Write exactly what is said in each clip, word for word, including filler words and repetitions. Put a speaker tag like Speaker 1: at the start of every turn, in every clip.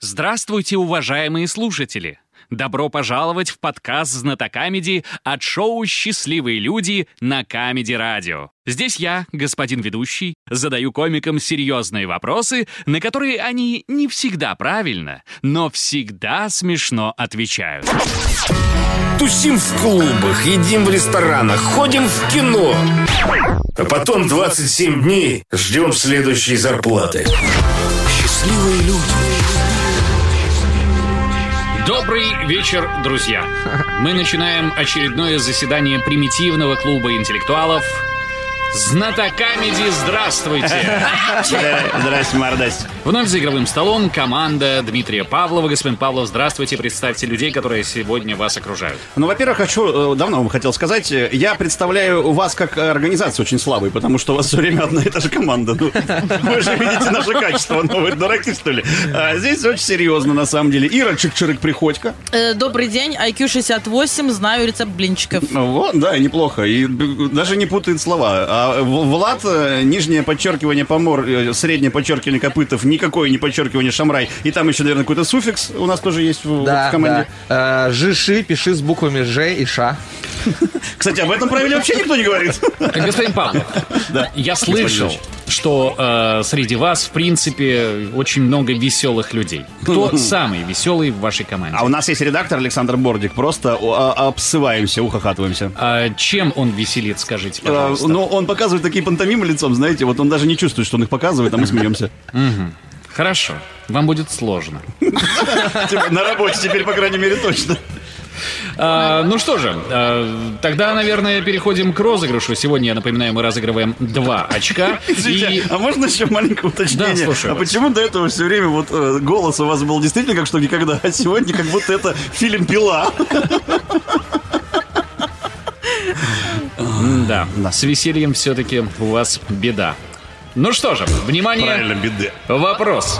Speaker 1: Здравствуйте, уважаемые слушатели! Добро пожаловать в подкаст «Знатокамеди» от шоу «Счастливые люди» на Камеди Радио. Здесь я, господин ведущий, задаю комикам серьезные вопросы, на которые они не всегда правильно, но всегда смешно отвечают.
Speaker 2: Тусим в клубах, едим в ресторанах, ходим в кино. А потом двадцать семь дней ждем следующей зарплаты. Счастливые люди.
Speaker 1: Добрый вечер, друзья! Мы начинаем очередное заседание примитивного клуба интеллектуалов «Знатокамеди». Здравствуйте!
Speaker 3: Здрасте, мордась.
Speaker 1: Вновь за игровым столом команда Дмитрия Павлова. Господин Павлов, здравствуйте. Представьте людей, которые сегодня вас окружают.
Speaker 3: Ну, во-первых, хочу, давно вам хотел сказать, я представляю вас как организацию очень слабой, потому что у вас все время одна и та же команда. Ну, вы же видите наше качество, ну вы дураки, что ли? А здесь очень серьезно, на самом деле. Ира Чик-Чирик-Приходько.
Speaker 4: Э, добрый день, ай кью шестьдесят восемь, знаю рецепт блинчиков.
Speaker 3: Вот, да, неплохо. И даже не путает слова. А Влад, нижнее подчеркивание помор, среднее подчеркивание копытов, никакое не подчеркивание шамрай. И там еще, наверное, какой-то суффикс у нас тоже есть в,
Speaker 5: да,
Speaker 3: в команде.
Speaker 5: Да. Жиши пиши с буквами Ж и Ш.
Speaker 3: Кстати, об этом правиле вообще никто не говорит.
Speaker 1: Господин Павлов, да. я слышал, что э, среди вас, в принципе, очень много веселых людей. Кто самый веселый в вашей команде?
Speaker 3: А у нас есть редактор Александр Бордик. Просто обсываемся, ухахатываемся.
Speaker 1: А чем он веселит, скажите, пожалуйста?
Speaker 3: А, ну, он показывает такие пантомимы лицом, знаете, вот он даже не чувствует, что он их показывает, а мы смеемся.
Speaker 1: Хорошо, вам будет сложно.
Speaker 3: На работе теперь, по крайней мере, точно.
Speaker 1: А, ну что же, а, тогда, наверное, переходим к розыгрышу. Сегодня, я напоминаю, мы разыгрываем два очка.
Speaker 3: Извините, и... а можно еще маленькое уточнение?
Speaker 1: Да, слушаю
Speaker 3: а
Speaker 1: вас.
Speaker 3: Почему до этого все время вот э, голос у вас был действительно как что никогда, а сегодня как будто это фильм «Пила»?
Speaker 1: Да, с весельем все-таки у вас беда. Ну что же, внимание,
Speaker 3: правильно, беда.
Speaker 1: Вопрос.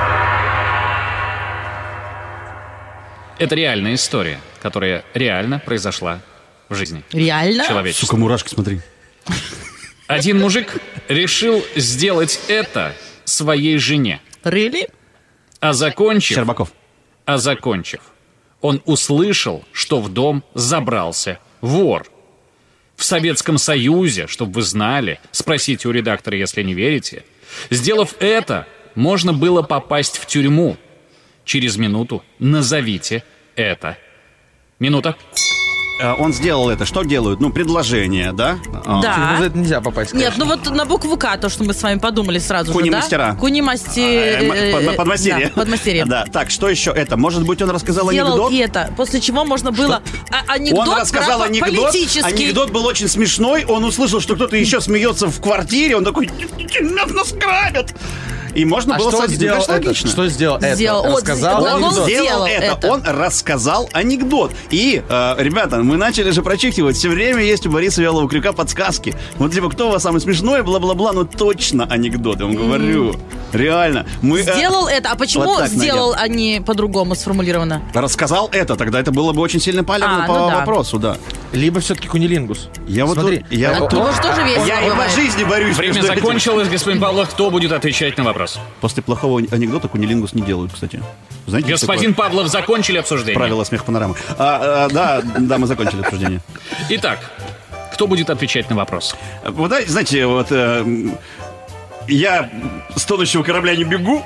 Speaker 1: Это реальная история, которая реально произошла в жизни.
Speaker 4: Реально?
Speaker 1: Человечества.
Speaker 3: Сука, мурашки, смотри.
Speaker 1: Один мужик решил сделать это своей жене.
Speaker 4: Really?
Speaker 1: А закончив...
Speaker 3: Щербаков.
Speaker 1: А закончив, он услышал, что в дом забрался вор. В Советском Союзе, чтобы вы знали, спросите у редактора, если не верите, сделав это, можно было попасть в тюрьму. Через минуту назовите это. Минута.
Speaker 3: Он сделал это. Что делают? Ну, предложение, да?
Speaker 4: Да.
Speaker 5: За это нельзя попасть, конечно.
Speaker 4: Нет, ну вот на букву К, то, что мы с вами подумали сразу же, да?
Speaker 3: Куни-мастера.
Speaker 4: Куни-масти...
Speaker 3: Подмастерье.
Speaker 4: Да, подмастерье.
Speaker 3: Да, так, что еще это? Может быть, он рассказал
Speaker 4: Сделал
Speaker 3: анекдот?
Speaker 4: это, после чего можно было... А, анекдот
Speaker 3: Он рассказал
Speaker 4: про
Speaker 3: анекдот,
Speaker 4: политический...
Speaker 3: анекдот был очень смешной, он услышал, что кто-то еще смеется в квартире, он такой, нас грабят. И можно
Speaker 5: а
Speaker 3: было
Speaker 5: что
Speaker 3: садиться.
Speaker 5: сделал
Speaker 3: Конечно,
Speaker 5: это?
Speaker 3: логично.
Speaker 5: Что сделал это?
Speaker 4: Сделал,
Speaker 5: Рассказал
Speaker 4: он
Speaker 5: анекдот.
Speaker 3: Он сделал
Speaker 4: сделал
Speaker 3: это.
Speaker 4: это.
Speaker 3: Он рассказал анекдот. И, э, ребята, мы начали же прочитывать. Все время есть у Бориса Вялого Крюка подсказки. Вот типа, кто у вас самый смешной, бла-бла-бла. Ну точно анекдот, я вам говорю. Mm. Реально. Мы,
Speaker 4: сделал э, это. А почему
Speaker 3: вот
Speaker 4: сделал, а не по-другому сформулировано?
Speaker 3: Рассказал это. Тогда это было бы очень сильно полезно
Speaker 4: а,
Speaker 3: по
Speaker 4: ну да.
Speaker 3: вопросу, да.
Speaker 5: Либо все-таки кунилингус.
Speaker 3: Я
Speaker 5: Смотри,
Speaker 3: вот тут, я
Speaker 4: а
Speaker 3: вот
Speaker 4: тут
Speaker 3: тут,
Speaker 4: тоже весело.
Speaker 3: Я и по жизни борюсь.
Speaker 1: Время
Speaker 3: между этим.
Speaker 1: закончилось, господин Павлов. Кто будет отвечать на вопрос?
Speaker 3: После плохого анекдота кунилингус не делают, кстати. Знаете,
Speaker 1: Господин Павлов, закончили обсуждение.
Speaker 3: Правила смех панорамы. А, а, да, да, мы закончили обсуждение.
Speaker 1: Итак, кто будет отвечать на вопрос?
Speaker 3: Вот, знаете, вот э, я с тонущего корабля не бегу.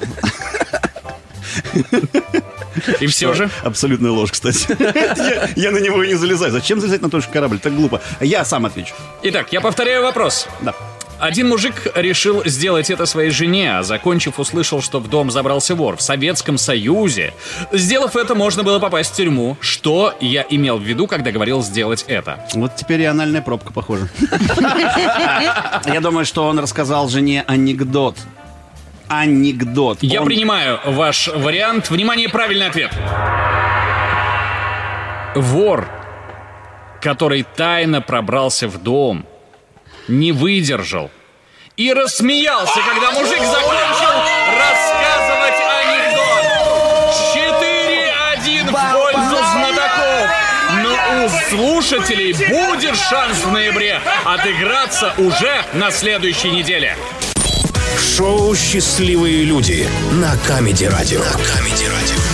Speaker 1: И все же?
Speaker 3: Абсолютная ложь, кстати. я, я на него и не залезаю. Зачем залезать на тонущий корабль? Так глупо. Я сам отвечу.
Speaker 1: Итак, я повторяю вопрос.
Speaker 3: Да.
Speaker 1: Один мужик решил сделать это своей жене, а закончив, услышал, что в дом забрался вор. В Советском Союзе. Сделав это, можно было попасть в тюрьму. Что я имел в виду, когда говорил сделать это?
Speaker 3: Вот теперь и анальная пробка, похоже. Я думаю, что он рассказал жене анекдот. Анекдот.
Speaker 1: Я принимаю ваш вариант. Внимание, правильный ответ. Вор, который тайно пробрался в дом, не выдержал и рассмеялся, когда мужик закончил рассказывать анекдот. четыре один в пользу знатоков. Но у слушателей будет шанс в ноябре отыграться уже на следующей неделе.
Speaker 2: Шоу «Счастливые люди» на Камеди Радио. На Камеди Радио.